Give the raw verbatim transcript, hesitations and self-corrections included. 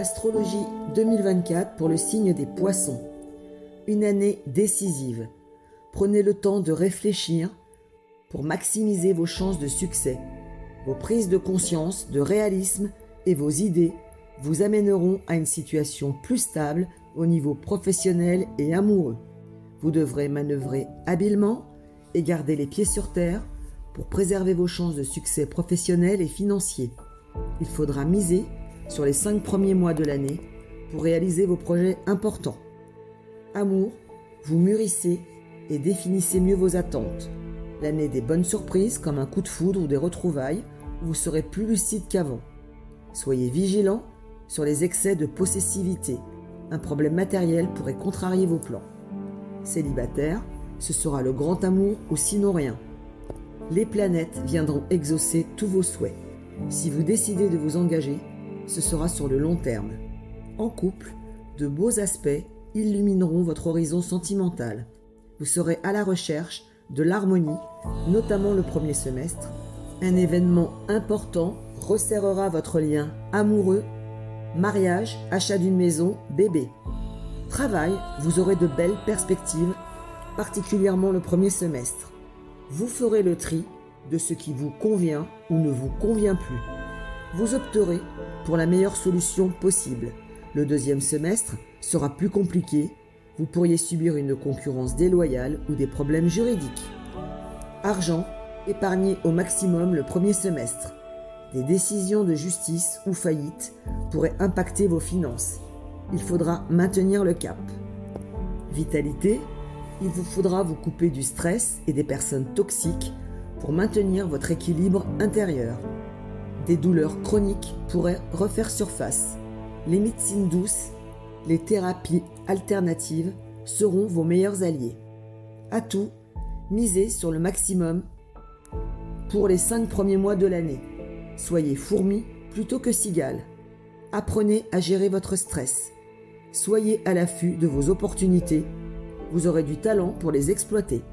Astrologie deux mille vingt-quatre pour le signe des Poissons. Une année décisive. Prenez le temps de réfléchir pour maximiser vos chances de succès. Vos prises de conscience, de réalisme et vos idées vous amèneront à une situation plus stable au niveau professionnel et amoureux. Vous devrez manœuvrer habilement et garder les pieds sur terre pour préserver vos chances de succès professionnel et financier. Il faudra miser sur les cinq premiers mois de l'année pour réaliser vos projets importants. Amour, vous mûrissez et définissez mieux vos attentes. L'année des bonnes surprises comme un coup de foudre ou des retrouvailles où vous serez plus lucide qu'avant. Soyez vigilant sur les excès de possessivité. Un problème matériel pourrait contrarier vos plans. Célibataire, ce sera le grand amour ou sinon rien. Les planètes viendront exaucer tous vos souhaits. Si vous décidez de vous engager, ce sera sur le long terme. En couple, de beaux aspects illumineront votre horizon sentimental. Vous serez à la recherche de l'harmonie, notamment le premier semestre. Un événement important resserrera votre lien amoureux, mariage, achat d'une maison, bébé. Travail, vous aurez de belles perspectives, particulièrement le premier semestre. Vous ferez le tri de ce qui vous convient ou ne vous convient plus. Vous opterez pour la meilleure solution possible. Le deuxième semestre sera plus compliqué. Vous pourriez subir une concurrence déloyale ou des problèmes juridiques. Argent, épargnez au maximum le premier semestre. Des décisions de justice ou faillite pourraient impacter vos finances. Il faudra maintenir le cap. Vitalité, il vous faudra vous couper du stress et des personnes toxiques pour maintenir votre équilibre intérieur. Des douleurs chroniques pourraient refaire surface. Les médecines douces, les thérapies alternatives seront vos meilleurs alliés. Atout, misez sur le maximum pour les cinq premiers mois de l'année. Soyez fourmi plutôt que cigale. Apprenez à gérer votre stress. Soyez à l'affût de vos opportunités. Vous aurez du talent pour les exploiter.